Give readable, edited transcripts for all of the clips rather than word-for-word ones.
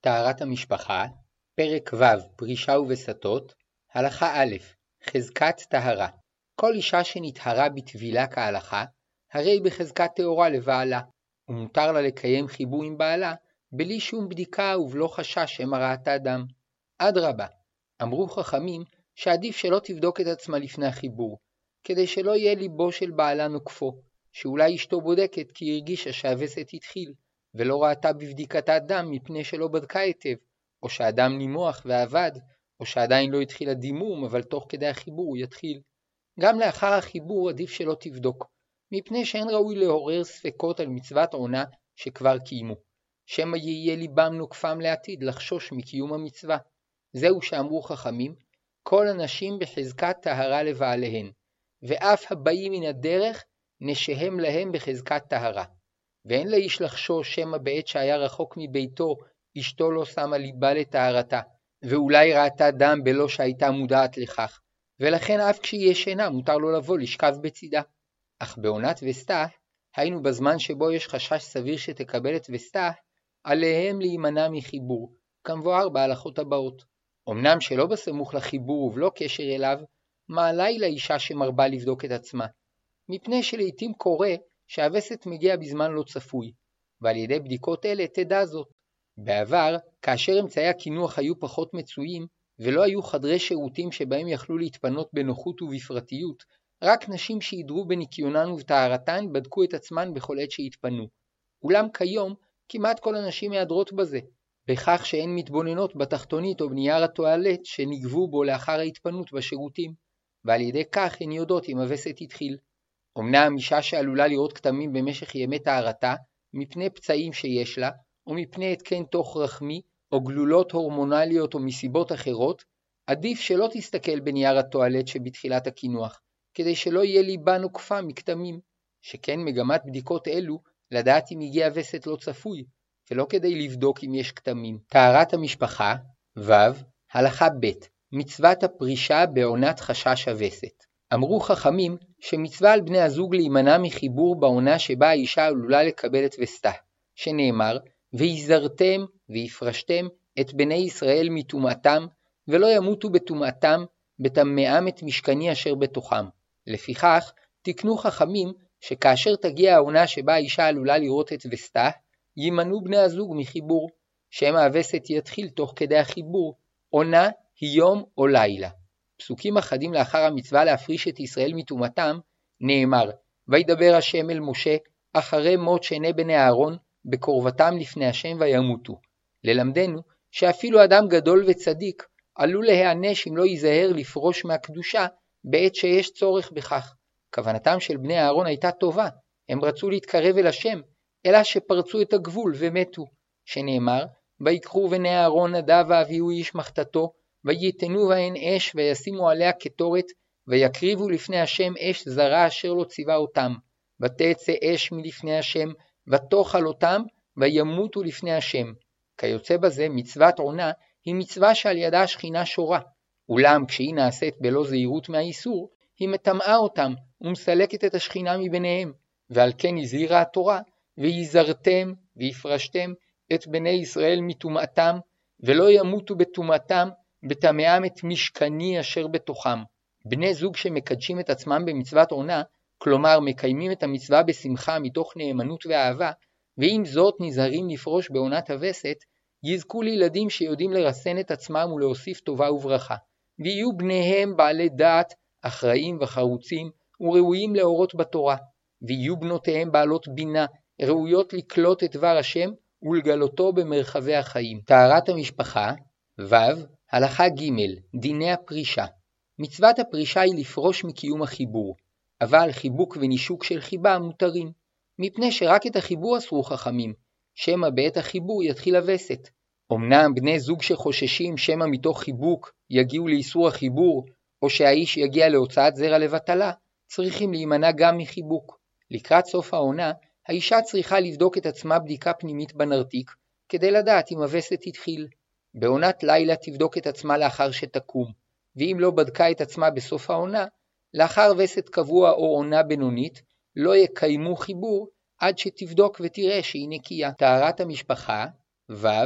טהרת המשפחה, פרק ו' פרישה ובסתות, הלכה א', חזקת טהרה. כל אישה שנטהרה בטבילה כהלכה, הרי בחזקת טהורה לבעלה, ומותר לה לקיים חיבור עם בעלה, בלי שום בדיקה ובלא חשש שמא ראתה דם. אדרבה, אמרו חכמים שעדיף שלא תבדוק את עצמה לפני החיבור, כדי שלא יהיה ליבו של בעלה נוקפו, שאולי אשתו בודקת כי הרגישה שהווסת התחיל, ולא ראתה בבדיקתה דם מפני שלא בדקה היטב, או שהדם נימוח ועבד, או שעדיין לא התחיל הדימום, אבל תוך כדי החיבור הוא יתחיל. גם לאחר החיבור עדיף שלא תבדוק, מפני שאין ראוי לעורר ספקות על מצוות עונה שכבר קיימו, שמא יהיה ליבם נוקפם לעתיד לחשוש מקיום המצווה. זהו שאמרו חכמים, כל הנשים בחזקת טהרה לבעליהן, ואף הבאים מן הדרך נשיהם להם בחזקת טהרה. ואין לאיש לחשוש שמא בעת שהיה רחוק מביתו אשתו לא שמה ליבה לטהרתה, ואולי ראתה דם בלא שהייתה מודעת לכך, ולכן אף כשהיא ישנה מותר לו לבוא לשכב בצידה. אך בעונת וסתיו, היינו בזמן שבו יש חשש סביר שתקבל את וסתיו, עליהם להימנע מחיבור, כמבואר בהלכות הבאות. אמנם שלא בסמוך לחיבור ובלא קשר אליו, מעלה היא לאישה שמרבה לבדוק את עצמה, מפני שלעיתים קורה שהווסת מגיע בזמן לא צפוי, ועל ידי בדיקות אלה תדע זאת. בעבר, כאשר אמצעי הקינוח היו פחות מצויים, ולא היו חדרי שירותים שבהם יכלו להתפנות בנוחות ובפרטיות, רק נשים שידרו בניקיונן ובטהרתן בדקו את עצמן בכל עת שהתפנו. אולם כיום, כמעט כל הנשים מהדרות בזה, בכך שהן מתבוננות בתחתונית או בנייר הטואלט שנגבו בו לאחר ההתפנות בשירותים, ועל ידי כך הן יודעות אם הווסת התחיל. אמנם אישה שעלולה לראות כתמים במשך ימי טהרתה, מפני פצעים שיש לה, או מפני התקן תוך רחמי, או גלולות הורמונליות או מסיבות אחרות, עדיף שלא תסתכל בנייר הטואלט שבתחילת הקינוח, כדי שלא יהיה ליבה נוקפה מכתמים, שכן מגמת בדיקות אלו לדעת אם הגיע וסת לא צפוי, ולא כדי לבדוק אם יש כתמים. טהרת המשפחה, ו', הלכה ב', מצוות הפרישה בעונת חשש הווסת. אמרו חכמים שמצווה על בני הזוג להימנע מחיבור בעונה שבה האישה עלולה לקבל את וסתה, שנאמר, ויזרתם ויפרשתם את בני ישראל מטומאתם, ולא ימותו בטומאתם, בטמאם את משכני אשר בתוכם. לפיכך, תקנו חכמים שכאשר תגיע העונה שבה האישה עלולה לראות את וסתה, יימנעו בני הזוג מחיבור, שמא הווסת יתחיל תוך כדי החיבור, עונה היא יום או לילה. פסוקים אחדים לאחר המצווה להפריש את ישראל מטומאתם, נאמר, וידבר השם אל משה אחרי מות שני בני אהרון בקרבתם לפני השם וימותו. ללמדנו שאפילו אדם גדול וצדיק עלול להיענש אם לא ייזהר לפרוש מהקדושה בעת שיש צורך בכך. כוונתם של בני אהרון הייתה טובה, הם רצו להתקרב אל השם, אלא שפרצו את הגבול ומתו, שנאמר, ויקחו בני אהרון נדב ואביהו איש מחתתו, ויתנו בהן אש וישימו עליה קטורת, ויקריבו לפני השם אש זרה אשר לא ציווה אותם, ותצא אש מלפני השם, ותאכל אותם, וימותו לפני השם. כיוצא בזה, מצוות עונה היא מצווה שעל ידה השכינה שורה, אולם כשהיא נעשית בלא זהירות מהאיסור, היא מטמאה אותם ומסלקת את השכינה מביניהם, ועל כן הזהירה התורה, ויזרתם ויפרשתם את בני ישראל מטומאתם, ולא ימותו בטומאתם, בטמאם את משכני אשר בתוכם. בני זוג שמקדשים את עצמם במצוות עונה, כלומר מקיימים את המצווה בשמחה מתוך נאמנות ואהבה, ועם זאת נזהרים לפרוש בעונת הווסת, יזכו לילדים שיודעים לרסן את עצמם ולהוסיף טובה וברכה, ויהיו בניהם בעלי דעת, אחראים וחרוצים, וראויים להורות בתורה, ויהיו בנותיהם בעלות בינה, ראויות לקלוט את דבר השם ולגלותו במרחבי החיים. טהרת המשפחה, ו', הלכה ג', דיני הפרישה. מצוות הפרישה היא לפרוש מקיום החיבור, אבל חיבוק ונישוק של חיבה מותרים, מפני שרק את החיבור אסרו חכמים, שמא בעת החיבור יתחיל הווסת. אמנם בני זוג שחוששים שמא מתוך חיבוק יגיעו לאיסור החיבור, או שהאיש יגיע להוצאת זרע לבטלה, צריכים להימנע גם מחיבוק. לקראת סוף העונה, האישה צריכה לבדוק את עצמה בדיקה פנימית בנרתיק, כדי לדעת אם הווסת התחיל. בעונת לילה תבדוק את עצמה לאחר שתקום, ואם לא בדקה את עצמה בסוף העונה, לאחר וסת קבוע או עונה בינונית, לא יקיימו חיבור עד שתבדוק ותראה שהיא נקייה. טהרת המשפחה, ו',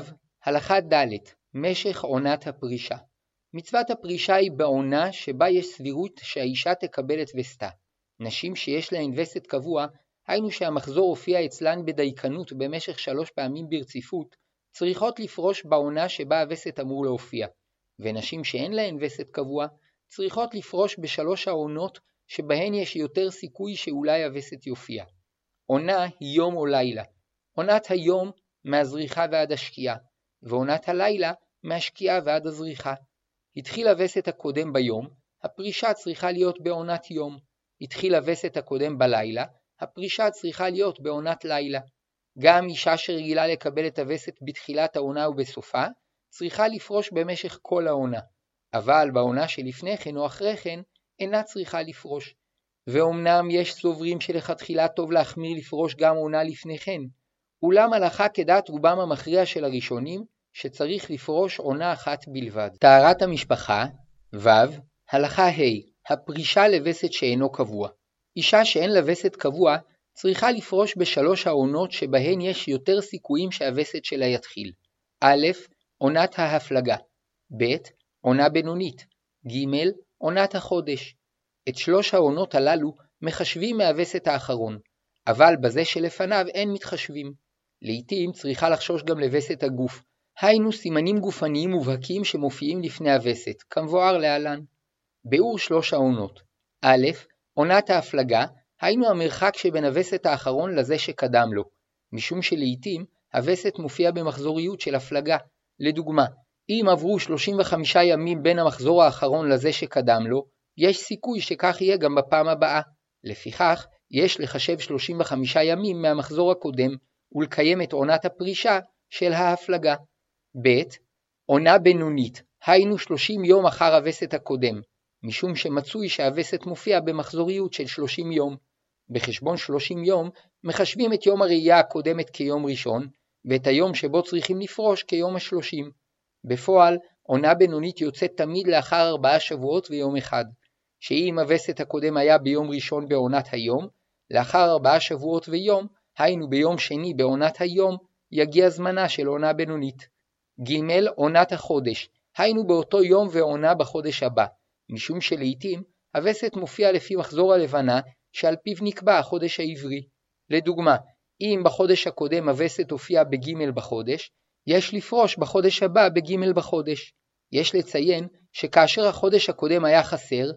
הלכה ד' משך עונת הפרישה. מצוות הפרישה היא בעונה שבה יש סבירות שהאישה תקבל את וסתה. נשים שיש להן וסת קבוע, היינו שהמחזור הופיע אצלן בדייקנות במשך 3 פעמים ברציפות, צריכות לפרוש בעונה שבה הווסת אמור להופיע. ונשים שאין להן וסת קבוע, צריכות לפרוש ב3 העונות שבהן יש יותר סיכוי שאולי הווסת יופיע. עונה היא יום או לילה. עונת היום מהזריחה ועד השקיעה, ועונת הלילה מהשקיעה ועד הזריחה. התחיל הווסת הקודם ביום, הפרישה צריכה להיות בעונת יום. התחיל הווסת הקודם בלילה, הפרישה צריכה להיות בעונת לילה. גם אישה שרגילה לקבל את הווסת בתחילת העונה ובסופה, צריכה לפרוש במשך כל העונה. אבל בעונה שלפני כן או אחרי כן, אינה צריכה לפרוש. ואומנם יש סוברים שלכתחילה טוב להחמיר לפרוש גם עונה לפני כן. אולם הלכה כדעת רובם המכריע של הראשונים, שצריך לפרוש עונה אחת בלבד. טהרת המשפחה, ו' הלכה ה' הפרישה לווסת שאינו קבוע. אישה שאין לה וסת קבוע, צריכה לפרוש ב3 העונות שבהן יש יותר סיכויים שהווסת שלה יתחיל. א', עונת ההפלגה. ב', עונה בינונית. ג', עונת החודש. את 3 העונות הללו מחשבים מהווסת האחרון, אבל בזה שלפניו אין מתחשבים. לעתים צריכה לחשוש גם לווסת הגוף, היינו סימנים גופניים מובהקים שמופיעים לפני הווסת, כמבואר להלן. ביאור 3 העונות. א', עונת ההפלגה, היינו המרחק שבין הווסת האחרון לזה שקדם לו, משום שלעתים הווסת מופיע במחזוריות של הפלגה. לדוגמה, אם עברו 35 ימים בין המחזור האחרון לזה שקדם לו, יש סיכוי שכך יהיה גם בפעם הבאה. לפיכך, יש לחשב 35 ימים מהמחזור הקודם, ולקיים את עונת הפרישה של ההפלגה. ב', עונה בינונית, היינו 30 יום אחר הווסת הקודם, משום שמצוי שהווסת מופיע במחזוריות של 30 יום. בחשבון 30 יום, מחשבים את יום הראייה הקודמת כיום ראשון, ואת היום שבו צריכים לפרוש כיום ה-30. בפועל, עונה בינונית יוצאת תמיד לאחר 4 שבועות ויום אחד, שאם הווסת הקודם היה ביום ראשון בעונת היום, לאחר 4 שבועות ויום, היינו ביום שני בעונת היום, יגיע זמנה של עונה בינונית. ג', עונת החודש, היינו באותו יום ועונה בחודש הבא, משום שלעיתים הווסת מופיע לפי מחזור הלבנה שעל פיו נקבע החודש העברי. לדוגמה, אם בחודש הקודם הווסת הופיע בג' בחודש, יש לפרוש בחודש הבא בג' בחודש. יש לציין שכאשר החודש הקודם היה חסר,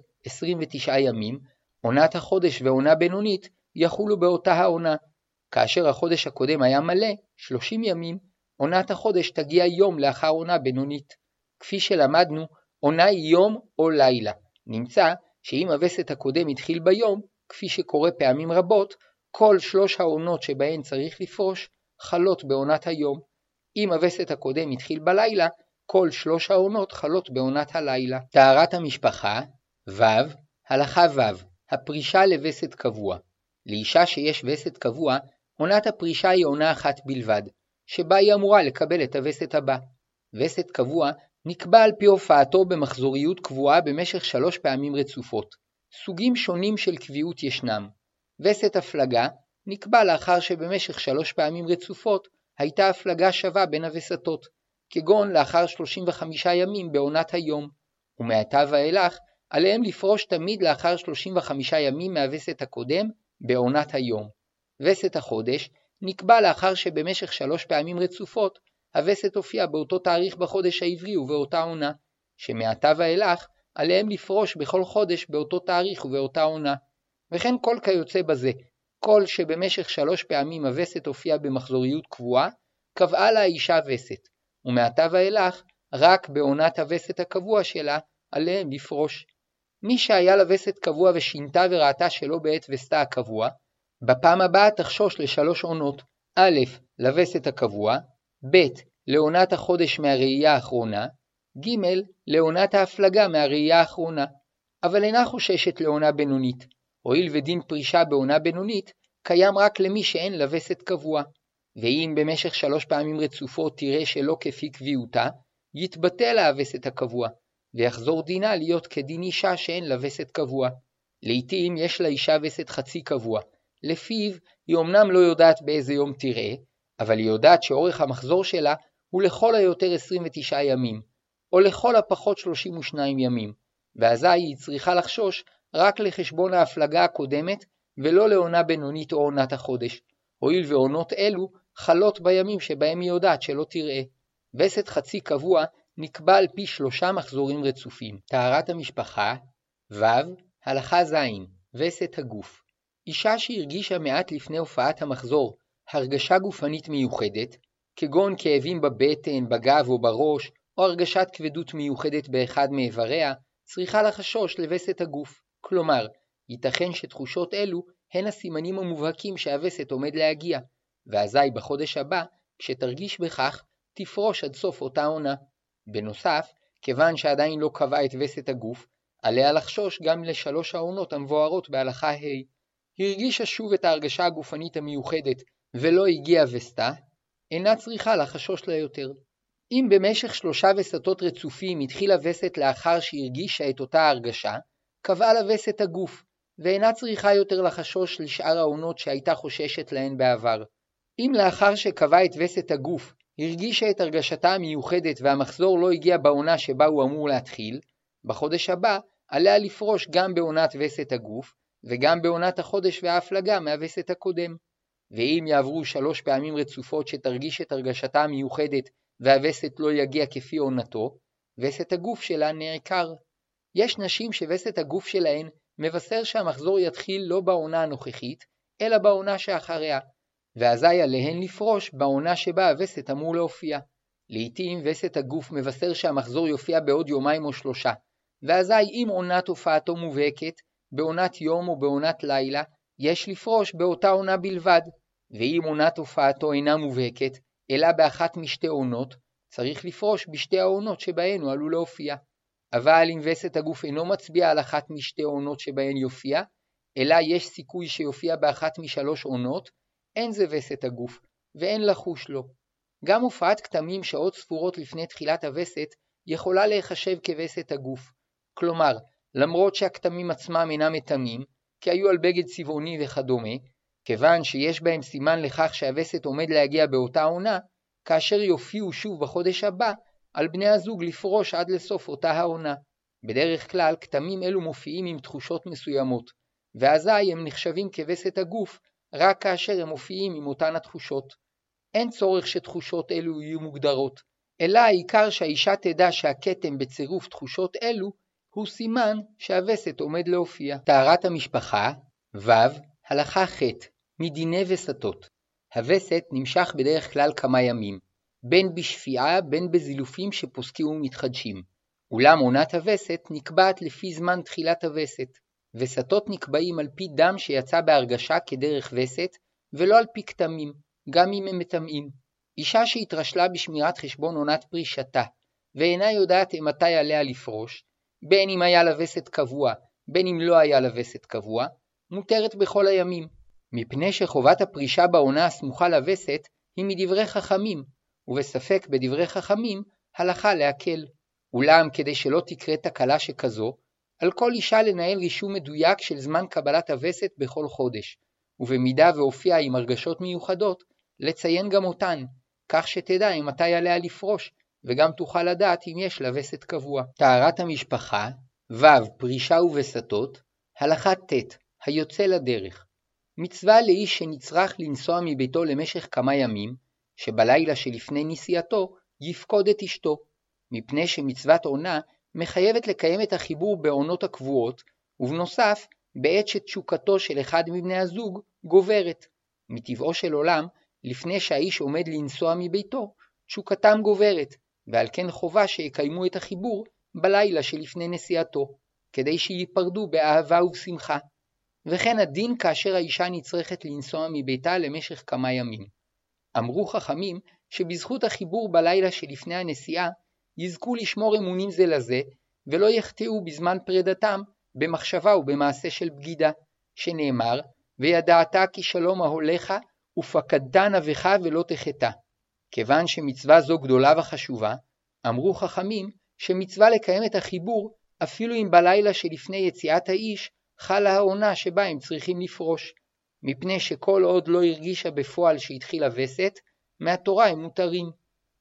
29 ימים, עונת החודש ועונה בינונית יחולו באותה העונה. כאשר החודש הקודם היה מלא, 30 ימים, עונת החודש תגיע יום לאחר עונה בינונית. כפי שלמדנו, עונה היא יום או לילה. נמצא שאם הווסת הקודם התחיל ביום, כפי שקורה פעמים רבות, כל 3 העונות שבהן צריך לפרוש חלות בעונת היום. אם הווסת הקודם התחיל בלילה, כל 3 העונות חלות בעונת הלילה. טהרת המשפחה, ו' הלכה ו' הפרישה לווסת קבוע. לאישה שיש וסת קבוע, עונת הפרישה היא עונה אחת בלבד, שבה היא אמורה לקבל את הווסת הבא. וסת קבוע נקבע על פי הופעתו במחזוריות קבועה במשך 3 פעמים רצופות. סוגים שונים של קביעות ישנם. וסת הפלגה נקבע לאחר שבמשך 3 פעמים רצופות הייתה הפלגה שווה בין הווסתות, כגון לאחר 35 ימים בעונת היום, ומעתה ואילך עליהם לפרוש תמיד לאחר 35 ימים מהווסת הקודם בעונת היום. וסת החודש נקבע לאחר שבמשך 3 פעמים רצופות הווסת הופיע באותו תאריך בחודש העברי ובאותה עונה, שמעתה ואילך עליהם לפרוש בכל חודש באותו תאריך ובאותה עונה. וכן כל כיוצא בזה, כל שבמשך 3 פעמים הווסת הופיע במחזוריות קבועה, קבעה לה האישה וסת, ומעתה ואילך רק בעונת הווסת הקבוע שלה עליהם לפרוש. מי שהיה לה וסת קבוע ושינתה וראתה שלא בעת וסתה הקבוע, בפעם הבאה תחשוש ל3 עונות, א' לווסת הקבוע, ב' לעונת החודש מהראייה האחרונה, ג' לעונת ההפלגה מהראייה האחרונה, אבל אינה חוששת לעונה בינונית, הואיל ודין פרישה בעונה בינונית קיים רק למי שאין לה וסת קבוע, ואם במשך 3 פעמים רצופות תראה שלא כפי קביעותה, יתבטל הווסת הקבוע, ויחזור דינה להיות כדין אישה שאין לה וסת קבוע. לעתים יש לאישה וסת חצי קבוע, לפיו היא אמנם לא יודעת באיזה יום תראה, אבל היא יודעת שאורך המחזור שלה הוא לכל היותר 29 ימים, או לכל הפחות 32 ימים, ואזי היא צריכה לחשוש רק לחשבון ההפלגה הקודמת, ולא לעונה בינונית או עונת החודש, הואיל ועונות אלו חלות בימים שבהם היא יודעת שלא תראה. וסת חצי קבוע נקבע על פי 3 מחזורים רצופים. טהרת המשפחה. ו' הלכה ז' וסת הגוף. אישה שהרגישה מעט לפני הופעת המחזור הרגשה גופנית מיוחדת, כגון כאבים בבטן, בגב או בראש, או הרגשת כבדות מיוחדת באחד מאיבריה, צריכה לחשוש לווסת הגוף. כלומר, ייתכן שתחושות אלו הן הסימנים המובהקים שהווסת עומד להגיע, ואזי בחודש הבא, כשתרגיש בכך, תפרוש עד סוף אותה עונה. בנוסף, כיוון שעדיין לא קבעה את וסת הגוף, עליה לחשוש גם ל3 העונות המבוארות בהלכה ה'. הרגישה שוב את ההרגשה הגופנית המיוחדת ולא הגיעה וסתה, אינה צריכה לחשוש לה יותר. אם במשך 3 וסתות רצופים התחילה וסת לאחר שהרגישה את אותה הרגשה, קבעה לה וסת הגוף, ואינה צריכה יותר לחשוש לשאר העונות שהייתה חוששת להן בעבר. אם לאחר שקבעה את וסת הגוף, הרגישה את הרגשתה המיוחדת והמחזור לא הגיע בעונה שבה הוא אמור להתחיל, בחודש הבא עליה לפרוש גם בעונת וסת הגוף, וגם בעונת החודש וההפלגה מהווסת הקודם. ואם יעברו 3 פעמים רצופות שתרגיש את הרגשתה המיוחדת והווסת לא יגיע כפי עונתו, וסת הגוף שלה נעקר. יש נשים שווסת הגוף שלהן מבשר שהמחזור יתחיל לא בעונה הנוכחית, אלא בעונה שאחריה, ואזי עליהן לפרוש בעונה שבה הווסת אמור להופיע. לעתים וסת הגוף מבשר שהמחזור יופיע בעוד יומיים או 3, ואזי אם עונת הופעתו מובהקת, בעונת יום או בעונת לילה, יש לפרוש באותה עונה בלבד, ואם עונת הופעתו אינה מובהקת, אלא באחת משתי עונות, צריך לפרוש בשתי העונות שבהן הוא עלול להופיע. אבל אם וסת הגוף אינו מצביע על אחת משתי עונות שבהן יופיע, אלא יש סיכוי שיופיע באחת מ3 עונות, אין זה וסת הגוף, ואין לחוש לו. גם הופעת כתמים שעות ספורות לפני תחילת הווסת, יכולה להיחשב כווסת הגוף. כלומר, למרות שהכתמים עצמם אינם מטמאים, כי היו על בגד צבעוני וכדומה, כיוון שיש בהם סימן לכך שהווסת עומד להגיע באותה עונה, כאשר יופיעו שוב בחודש הבא, על בני הזוג לפרוש עד לסוף אותה העונה. בדרך כלל, כתמים אלו מופיעים עם תחושות מסוימות, ואזי הם נחשבים כווסת הגוף, רק כאשר הם מופיעים עם אותן התחושות. אין צורך שתחושות אלו יהיו מוגדרות, אלא העיקר שהאישה תדע שהכתם בצירוף תחושות אלו, הוא סימן שהווסת עומד להופיע. טהרת המשפחה. ו' הלכה ח' מדיני וסתות. הווסת נמשך בדרך כלל כמה ימים, בין בשפיעה בין בזילופים שפוסקים ומתחדשים. אולם עונת הווסת נקבעת לפי זמן תחילת הווסת. וסתות נקבעים על פי דם שיצא בהרגשה כדרך וסת, ולא על פי כתמים, גם אם הם מטמאים. אישה שהתרשלה בשמירת חשבון עונת פרישתה, ואינה יודעת מתי עליה לפרוש, בין אם היה לה וסת קבוע, בין אם לא היה לה וסת קבוע, מותרת בכל הימים, מפני שחובת הפרישה בעונה הסמוכה לווסת היא מדברי חכמים, ובספק בדברי חכמים הלכה להקל. אולם כדי שלא תקרה תקלה שכזו, על כל אישה לנהל רישום מדויק של זמן קבלת הווסת בכל חודש, ובמידה והופיע עם הרגשות מיוחדות, לציין גם אותן, כך שתדע מתי עליה לפרוש, וגם תוכל לדעת אם יש לה וסת קבוע. טהרת המשפחה. ו' פרישה ווסתות. הלכה ט' היוצא לדרך. מצווה לאיש שנצרך לנסוע מביתו למשך כמה ימים, שבלילה שלפני נסיעתו יפקוד את אשתו, מפני שמצוות עונה מחייבת לקיים את החיבור בעונות הקבועות, ובנוסף בעת שתשוקתו של אחד מבני הזוג גוברת. מטבעו של עולם, לפני שהאיש עומד לנסוע מביתו, תשוקתם גוברת, ועל כן חובה שיקיימו את החיבור בלילה שלפני נסיעתו, כדי שיפרדו באהבה ובשמחה. וכן הדין כאשר האישה נצרכת לנסוע מביתה למשך כמה ימים. אמרו חכמים שבזכות החיבור בלילה שלפני הנסיעה, יזכו לשמור אמונים זה לזה, ולא יחטאו בזמן פרדתם במחשבה ובמעשה של בגידה, שנאמר, וידעת כי שלום אהליך ופקדת נבך ולא תחטא. כיוון שמצווה זו גדולה וחשובה, אמרו חכמים שמצווה לקיים את החיבור אפילו אם בלילה שלפני יציאת האיש חלה העונה שבה הם צריכים לפרוש, מפני שכל עוד לא הרגישה בפועל שהתחילה וסת, מהתורה הם מותרים.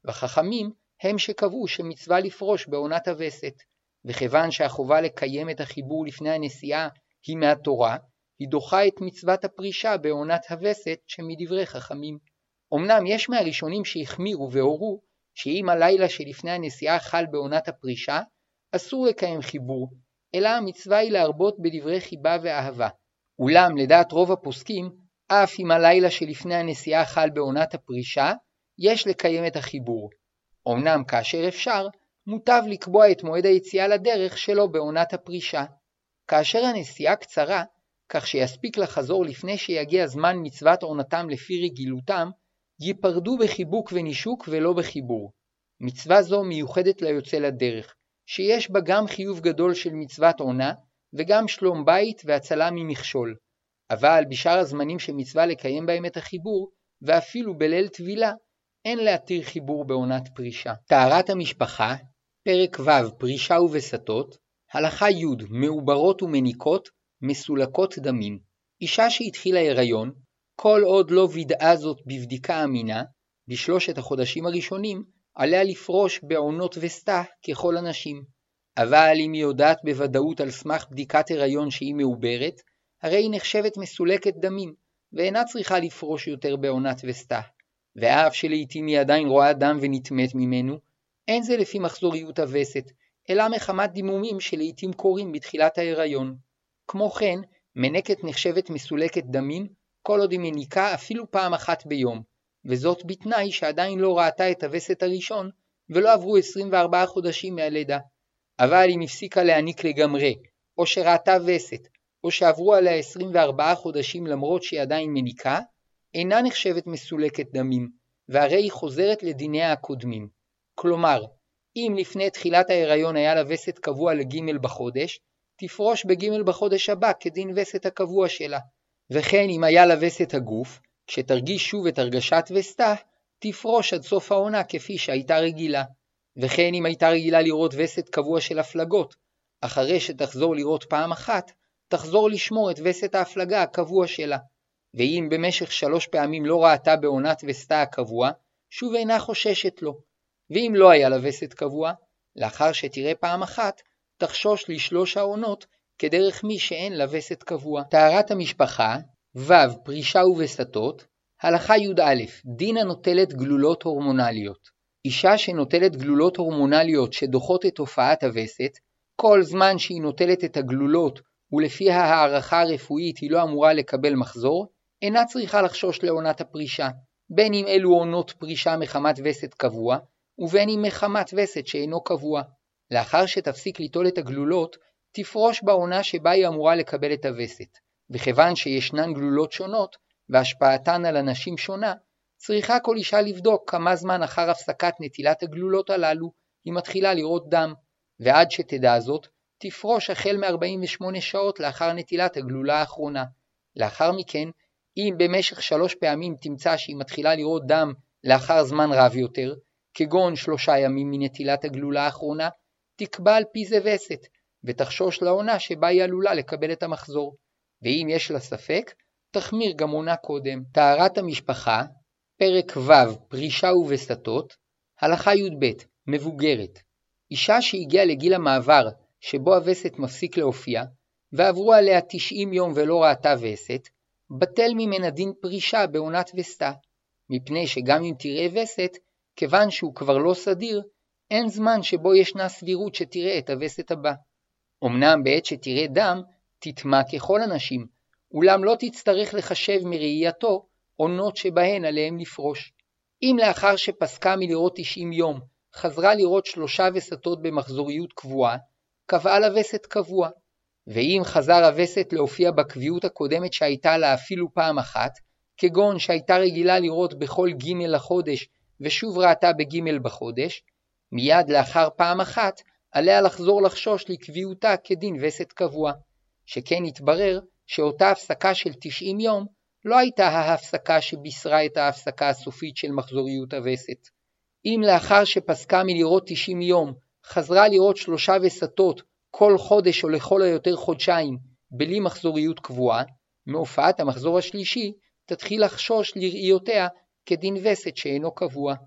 וחכמים הם שקבעו שמצווה לפרוש בעונת הווסת, וכיוון שהחובה לקיים את החיבור לפני הנסיעה היא מהתורה, היא דוחה את מצוות הפרישה בעונת הווסת שמדברי חכמים. אמנם יש מהראשונים שהחמירו והורו שאם הלילה שלפני הנסיעה חל בעונת הפרישה, אסור לקיים חיבור, אלא המצווה היא להרבות בדברי חיבה ואהבה. אולם לדעת רוב הפוסקים, אף אם הלילה שלפני הנסיעה חל בעונת הפרישה, יש לקיים את החיבור. אמנם כאשר אפשר, מוטב לקבוע את מועד היציאה לדרך שלו בעונת הפרישה. כאשר הנסיעה קצרה, כך שיספיק לחזור לפני שיגיע זמן מצוות עונתם לפי רגילותם, ייפרדו בחיבוק ונישוק ולא בחיבור. מצווה זו מיוחדת ליוצא לדרך, שיש בה גם חיוב גדול של מצוות עונה, וגם שלום בית והצלה ממכשול. אבל בשאר הזמנים שמצווה לקיים בהם את החיבור, ואפילו בליל טבילה, אין להתיר חיבור בעונת פרישה. טהרת המשפחה, פרק ו' פרישה ובסתות, הלכה י' מעוברות ומניקות, מסולקות דמים. אישה שהתחילה הריון, כל עוד לא וידאה זאת בבדיקה אמינה, בשלושת החודשים הראשונים, עליה לפרוש בעונות וסתה ככל הנשים. אבל אם היא יודעת בוודאות על סמך בדיקת הריון שהיא מעוברת, הרי היא נחשבת מסולקת דמים, ואינה צריכה לפרוש יותר בעונת וסתה. ואף שלעיתים היא עדיין רואה דם ונטמאת ממנו, אין זה לפי מחזוריות הווסת, אלא מחמת דימומים שלעיתים קורים בתחילת ההיריון. כמו כן, מנקת נחשבת מסולקת דמים, כל עוד היא מניקה אפילו פעם אחת ביום, וזאת בתנאי שעדיין לא ראתה את הווסת הראשון, ולא עברו 24 חודשים מהלידה. אבל אם הפסיקה להניק לגמרי, או שראתה וסת, או שעברו עליה 24 חודשים למרות שהיא עדיין מניקה, אינה נחשבת מסולקת דמים, והרי היא חוזרת לדיניה הקודמים. כלומר, אם לפני תחילת ההיריון היה לה וסת קבוע לג' בחודש, תפרוש בג' בחודש הבא כדין וסת הקבוע שלה. וכן אם היה לה וסת הגוף, כשתרגיש שוב את הרגשת וסתה, תפרוש עד סוף העונה כפי שהייתה רגילה. וכן אם הייתה רגילה לראות וסת קבוע של הפלגות, אחרי שתחזור לראות פעם אחת, תחזור לשמור את וסת ההפלגה הקבוע שלה. ואם במשך 3 פעמים לא ראתה בעונת וסתה הקבוע, שוב אינה חוששת לו. ואם לא היה לה וסת קבוע, לאחר שתראה פעם אחת, תחשוש ל3 העונות כדרך מי שאין לה וסת קבוע. טהרת המשפחה, ו' פרישה ובסתות, הלכה י"א דין הנוטלת גלולות הורמונליות. אישה שנוטלת גלולות הורמונליות שדוחות את תופעת הווסת, כל זמן שהיא נוטלת את הגלולות ולפי הערכה הרפואית היא לא אמורה לקבל מחזור, אינה צריכה לחשוש לעונת הפרישה, בין אם אלו עונות פרישה מחמת וסת קבוע, ובין אם מחמת וסת שאינו קבוע. לאחר שתפסיק ליטול את הגלולות, תפרוש בעונה שבה היא אמורה לקבל את הווסת. וכיוון שישנן גלולות שונות, והשפעתן על אנשים שונה, צריכה כל אישה לבדוק כמה זמן אחר הפסקת נטילת הגלולות הללו היא מתחילה לראות דם, ועד שתדע זאת, תפרוש החל מ-48 שעות לאחר נטילת הגלולה האחרונה. לאחר מכן, אם במשך 3 פעמים תמצא שהיא מתחילה לראות דם לאחר זמן רב יותר, כגון 3 ימים מנטילת הגלולה האחרונה, תקבע על פי זה וסת, ותחשוש לעונה שבה היא עלולה לקבל את המחזור. ואם יש לה ספק, תחמיר גם עונה קודם. טהרת המשפחה, פרק ו' פרישה ובסתות, הלכה י"ב מבוגרת. אישה שהגיעה לגיל המעבר שבו הווסת מפסיק להופיע, ועברו עליה 90 יום ולא ראתה וסת, בטל ממנה דין פרישה בעונת וסתה, מפני שגם אם תראה וסת, כיוון שהוא כבר לא סדיר, אין זמן שבו ישנה סבירות שתראה את הווסת הבא. אמנם בעת שתראה דם, תטמע ככל הנשים, אולם לא תצטרך לחשב מראייתו עונות שבהן עליהם לפרוש. אם לאחר שפסקה מלראות 90 יום, חזרה לראות 3 וסתות במחזוריות קבועה, קבעה לה וסת קבוע. ואם חזר הווסת להופיע בקביעות הקודמת שהייתה לה אפילו פעם אחת, כגון שהייתה רגילה לראות בכל ג' לחודש ושוב ראתה בג' בחודש, מיד לאחר פעם אחת עליה לחזור לחשוש לקביעותה כדין וסת קבוע, שכן התברר שאותה הפסקה של 90 יום לא הייתה ההפסקה שבישרה את ההפסקה הסופית של מחזוריות הווסת. אם לאחר שפסקה מלראות 90 יום חזרה לראות 3 וסתות כל חודש או לכל היותר חודשיים בלי מחזוריות קבועה, מהופעת המחזור השלישי תתחיל לחשוש לראיותיה כדין וסת שאינו קבוע.